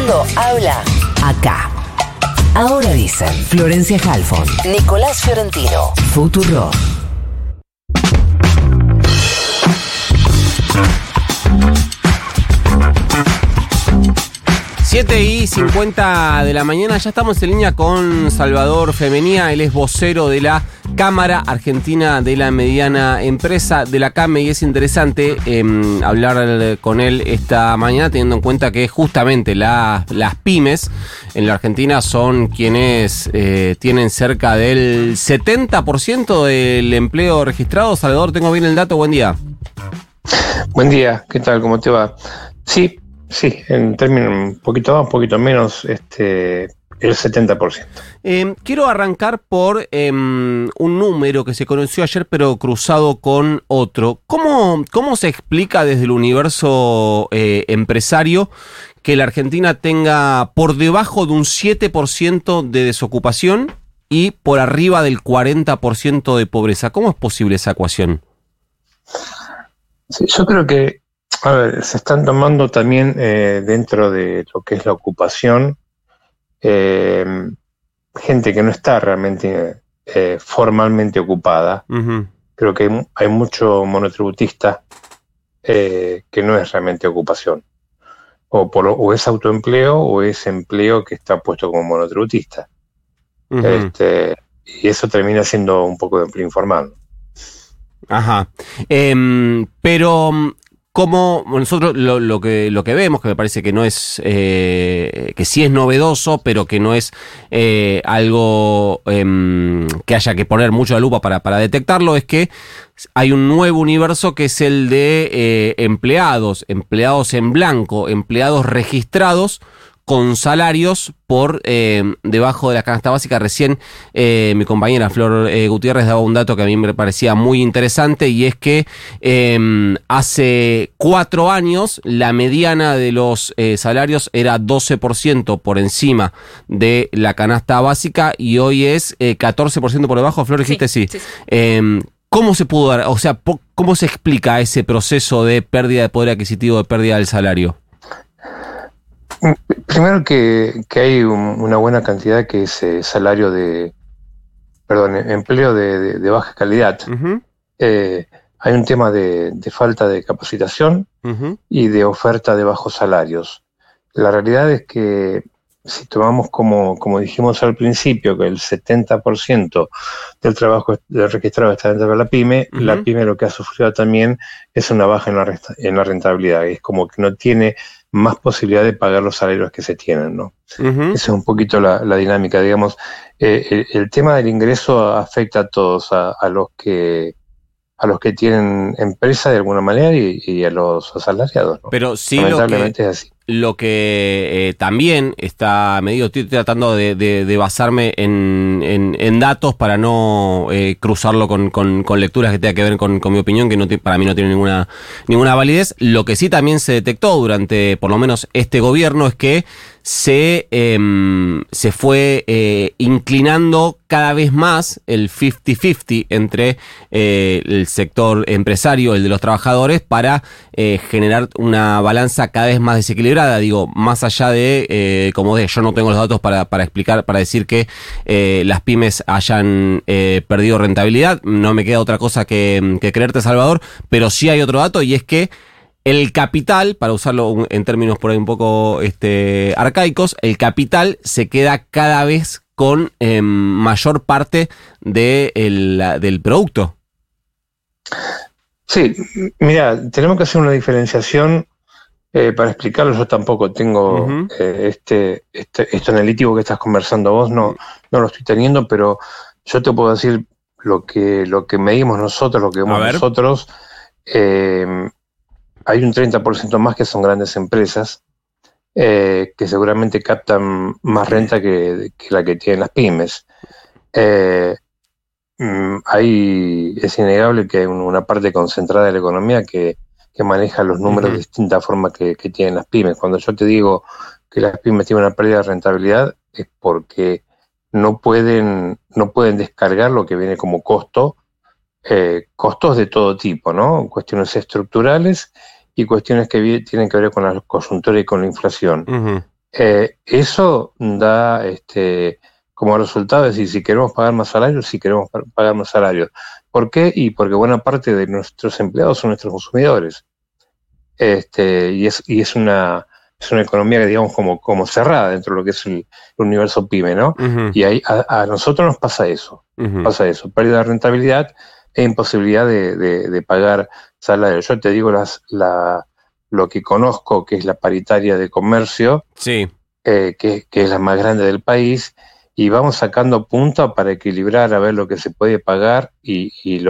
mundo habla acá. Ahora dicen Florencia Halfon, Nicolás Fiorentino, Futuro. Siete y 50 de la mañana, ya estamos en línea con Salvador Femenía, él es vocero de la Cámara Argentina de la Mediana Empresa, de la CAME, y es interesante hablar con él esta mañana, teniendo en cuenta que justamente las pymes en la Argentina son quienes tienen cerca del 70% del empleo registrado. Salvador, ¿tengo bien el dato? Buen día. Buen día, ¿qué tal? ¿Cómo te va? Sí, en términos un poquito más, un poquito menos, el 70%. Quiero arrancar por un número que se conoció ayer, pero cruzado con otro. ¿Cómo se explica desde el universo empresario que la Argentina tenga por debajo de un 7% de desocupación y por arriba del 40% de pobreza? ¿Cómo es posible esa ecuación? Sí, yo creo que se están tomando también dentro de lo que es la ocupación gente que no está realmente formalmente ocupada. Uh-huh. Creo que hay mucho monotributista que no es realmente ocupación. O es autoempleo o es empleo que está puesto como monotributista. Uh-huh. Y eso termina siendo un poco de empleo informal. Ajá. Pero como nosotros lo que vemos, que me parece que no es, que sí es novedoso, pero que no es algo que haya que poner mucho la lupa para detectarlo, es que hay un nuevo universo que es el de empleados en blanco, empleados registrados con salarios por debajo de la canasta básica. Recién mi compañera Flor Gutiérrez daba un dato que a mí me parecía muy interesante, y es que hace 4 años la mediana de los salarios era 12% por encima de la canasta básica, y hoy es 14% por debajo. Flor, dijiste sí. ¿Cómo se pudo dar? O sea, ¿cómo se explica ese proceso de pérdida de poder adquisitivo, de pérdida del salario? Primero que hay una buena cantidad que es empleo de baja calidad. Uh-huh. Hay un tema de falta de capacitación, uh-huh, y de oferta de bajos salarios. La realidad es que si tomamos como dijimos al principio, que el 70% del trabajo registrado está dentro de la pyme, uh-huh, la pyme lo que ha sufrido también es una baja en la rentabilidad. Es como que no tiene más posibilidad de pagar los salarios que se tienen, ¿no? Uh-huh. Esa es un poquito la dinámica, digamos. El tema del ingreso afecta a todos, a los que tienen empresa de alguna manera y a los asalariados, ¿no? Pero sí, lamentablemente es así. Lo que también está medido, estoy tratando de basarme en datos para no cruzarlo con lecturas que tengan que ver con mi opinión, que para mí no tiene ninguna validez. Lo que sí también se detectó durante por lo menos este gobierno es que se fue inclinando cada vez más el 50-50 entre el sector empresario, el de los trabajadores, para generar una balanza cada vez más desequilibrada. Digo, más allá de, yo no tengo los datos para explicar, para decir que las pymes hayan perdido rentabilidad, no me queda otra cosa que creerte, Salvador, pero sí hay otro dato, y es que el capital, para usarlo en términos por ahí un poco arcaicos, el capital se queda cada vez con mayor parte del producto. Sí, mira, tenemos que hacer una diferenciación para explicarlo. Yo tampoco tengo uh-huh, esto analítico que estás conversando vos, no lo estoy teniendo, pero yo te puedo decir lo que medimos nosotros, lo que vemos nosotros. Hay un 30% más que son grandes empresas que seguramente captan más renta que la que tienen las pymes. Es innegable que hay una parte concentrada de la economía que maneja los números, uh-huh, de distinta forma que tienen las pymes. Cuando yo te digo que las pymes tienen una pérdida de rentabilidad, es porque no pueden descargar lo que viene como costo, costos de todo tipo, ¿no? Cuestiones estructurales y cuestiones que tienen que ver con la coyuntura y con la inflación. Uh-huh. Eso da como resultado, es decir, si queremos pagar más salarios, si queremos pagar más salarios. ¿Por qué? Y porque buena parte de nuestros empleados son nuestros consumidores. Y es una economía que digamos como cerrada dentro de lo que es el universo PYME, ¿no? Uh-huh. Y ahí a nosotros nos pasa eso, Uh-huh. pérdida de rentabilidad e imposibilidad de pagar salarios. Yo te digo lo que conozco, que es la paritaria de comercio, sí. Que es la más grande del país, y vamos sacando punta para equilibrar a ver lo que se puede pagar y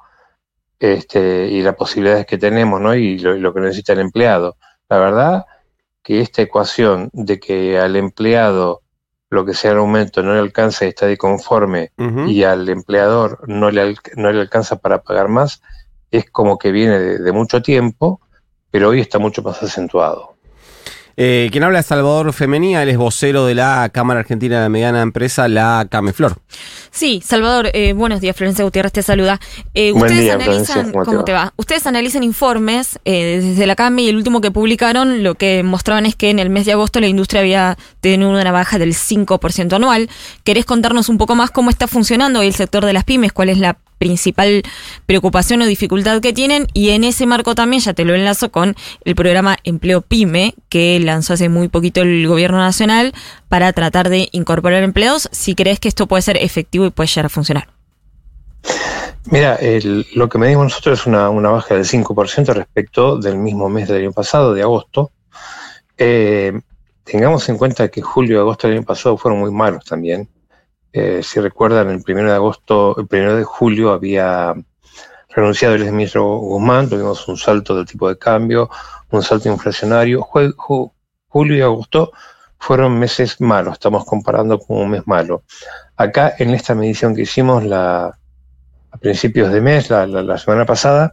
las posibilidades que tenemos, ¿no? Y lo que necesita el empleado. La verdad que esta ecuación de que al empleado lo que sea el aumento no le alcanza y está disconforme, Uh-huh. y al empleador no le alcanza para pagar más, es como que viene de mucho tiempo, pero hoy está mucho más acentuado. Quien habla es Salvador Femenía, él es vocero de la Cámara Argentina de Mediana Empresa, la CAMEFLOR. Sí, Salvador, buenos días, Florencia Gutiérrez te saluda. Buen día, analizan, ¿cómo te va? Ustedes analizan informes desde la CAME, y el último que publicaron lo que mostraban es que en el mes de agosto la industria había tenido una baja del 5% anual. ¿Querés contarnos un poco más cómo está funcionando hoy el sector de las pymes? ¿Cuál es la principal preocupación o dificultad que tienen? Y en ese marco también ya te lo enlazo con el programa Empleo Pyme que lanzó hace muy poquito el gobierno nacional para tratar de incorporar empleados, si crees que esto puede ser efectivo y puede llegar a funcionar. Mira, lo que medimos nosotros es una baja del 5% respecto del mismo mes del año pasado, de agosto. Tengamos en cuenta que julio y agosto del año pasado fueron muy malos también. Si recuerdan, el 1 de julio había renunciado el exministro Guzmán, tuvimos un salto del tipo de cambio, un salto inflacionario. Julio y agosto fueron meses malos, estamos comparando con un mes malo. Acá, en esta medición que hicimos a principios de mes, la semana pasada,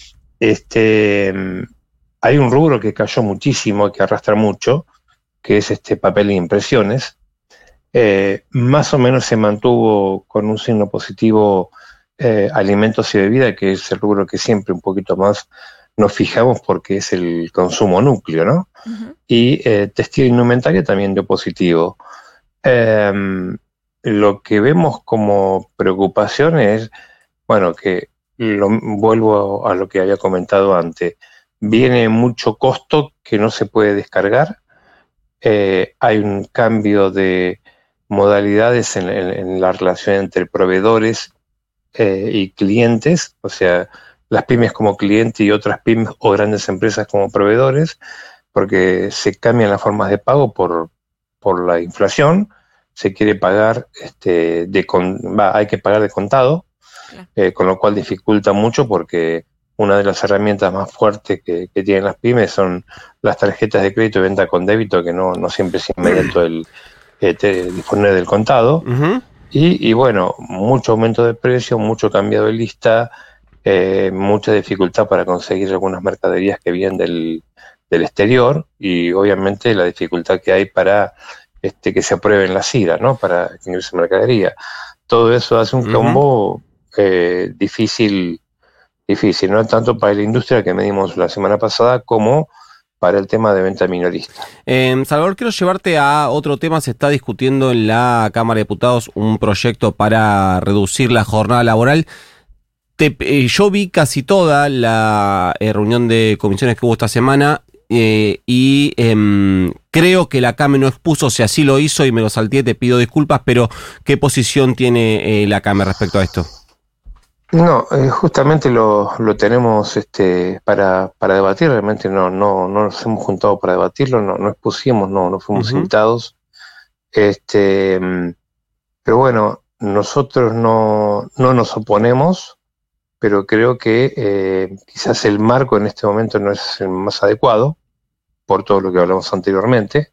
hay un rubro que cayó muchísimo, que arrastra mucho, que es papel e impresiones. Más o menos se mantuvo con un signo positivo alimentos y bebida, que es el rubro que siempre un poquito más nos fijamos porque es el consumo núcleo, ¿no? Uh-huh. Y textil e indumentaria también dio positivo. Lo que vemos como preocupación es, bueno, que vuelvo a lo que había comentado antes, viene mucho costo que no se puede descargar, hay un cambio de modalidades en la relación entre proveedores y clientes, o sea, las pymes como cliente y otras pymes o grandes empresas como proveedores, porque se cambian las formas de pago por la inflación, se quiere pagar, hay que pagar de contado, con lo cual dificulta mucho porque una de las herramientas más fuertes que tienen las pymes son las tarjetas de crédito y venta con débito, que no siempre es inmediato el disponer del contado. Uh-huh. Y bueno, mucho aumento de precio, mucho cambio de lista, mucha dificultad para conseguir algunas mercaderías que vienen del exterior, y obviamente la dificultad que hay para que se aprueben las IRA, ¿no? Para que ingrese mercadería. Todo eso hace un combo difícil, no tanto para la industria que medimos la semana pasada como para el tema de venta minorista. Salvador, quiero llevarte a otro tema. Se está discutiendo en la Cámara de Diputados un proyecto para reducir la jornada laboral. Yo vi casi toda la reunión de comisiones que hubo esta semana y creo que la CAME no expuso, si así lo hizo y me lo salté, te pido disculpas, pero ¿qué posición tiene la CAME respecto a esto? No, justamente lo tenemos para debatir. Realmente no nos hemos juntado para debatirlo, no expusimos, no fuimos invitados. Pero bueno, nosotros no nos oponemos, pero creo que quizás el marco en este momento no es el más adecuado, por todo lo que hablamos anteriormente.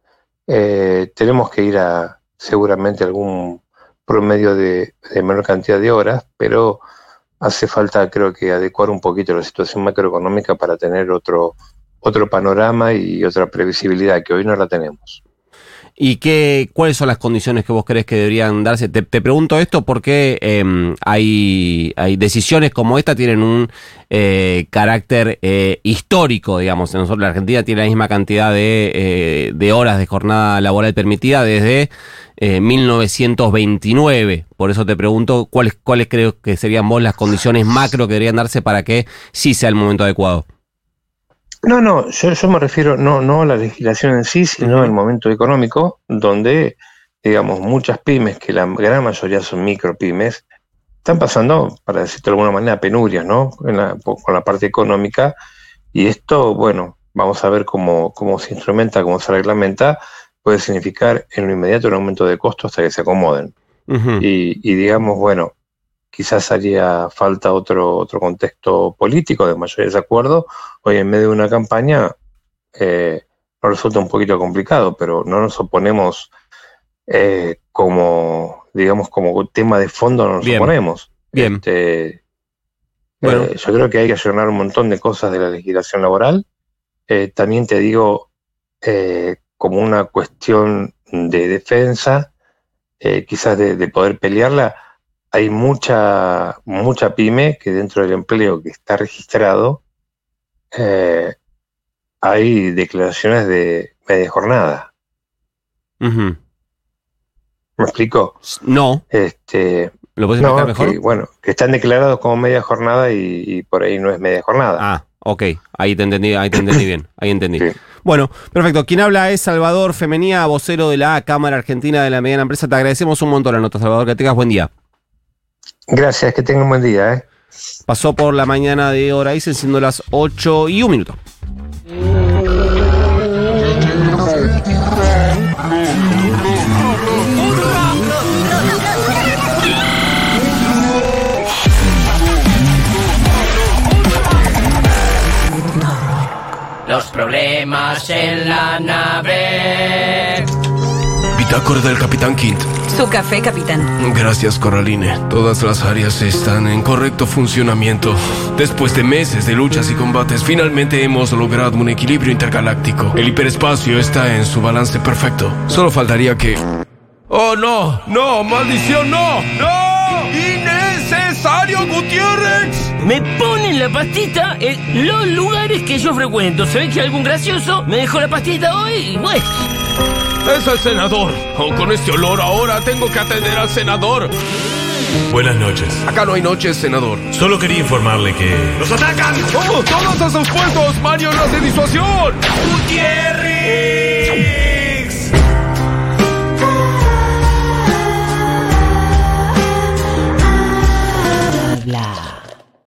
Tenemos que ir a seguramente algún promedio de menor cantidad de horas, pero hace falta, creo que, adecuar un poquito la situación macroeconómica para tener otro panorama y otra previsibilidad que hoy no la tenemos. ¿Y cuáles son las condiciones que vos crees que deberían darse? Te pregunto esto porque hay decisiones como esta tienen un carácter histórico, digamos. Nosotros, la Argentina tiene la misma cantidad de horas de jornada laboral permitida desde 1929. Por eso te pregunto cuáles creo que serían vos las condiciones macro que deberían darse para que sí sea el momento adecuado. No, yo me refiero no a la legislación en sí, sino al momento económico, donde, digamos, muchas pymes, que la gran mayoría son micropymes, están pasando, para decirlo de alguna manera, penurias, ¿no? Con la parte económica, y esto, bueno, vamos a ver cómo se instrumenta, cómo se reglamenta, puede significar en lo inmediato un aumento de costos hasta que se acomoden. Uh-huh. Y digamos, bueno, quizás haría falta otro contexto político de mayor desacuerdo. Hoy en medio de una campaña nos resulta un poquito complicado, pero no nos oponemos como tema de fondo, no nos oponemos. Bien. Bueno. Yo creo que hay que ayornar un montón de cosas de la legislación laboral. También te digo, como una cuestión de defensa, quizás de poder pelearla, hay mucha pyme que dentro del empleo que está registrado hay declaraciones de media jornada. Uh-huh. ¿Me explico? No. ¿Lo puedes explicar mejor? Que están declarados como media jornada y por ahí no es media jornada. Ah, ok. Ahí te entendí bien. Ahí entendí. Sí. Bueno, perfecto. Quien habla es Salvador Femenía, vocero de la Cámara Argentina de la Mediana Empresa. Te agradecemos un montón la nota, Salvador. Que tengas buen día. Gracias, que tengan un buen día. Pasó por la mañana de Horaicen, siendo las 8:01. Los problemas en la nave. Bitácora del Capitán Quint. Su café, capitán. Gracias, Coraline. Todas las áreas están en correcto funcionamiento. Después de meses de luchas y combates, finalmente hemos logrado un equilibrio intergaláctico. El hiperespacio está en su balance perfecto. Solo faltaría que... ¡Oh, no! ¡No! ¡Maldición, no! ¡No! ¡Innecesario, Gutiérrez! Me ponen la pastita en los lugares que yo frecuento. ¿Se ve que algún gracioso me dejó la pastita hoy? Y bueno... ¡Es el senador! Oh, con este olor ahora tengo que atender al senador. Buenas noches. Acá no hay noches, senador. Solo quería informarle que... ¡Nos atacan! ¡Oh, todos a sus puestos! ¡Maniobras de disuasión! ¡Gutiérrez! Bla.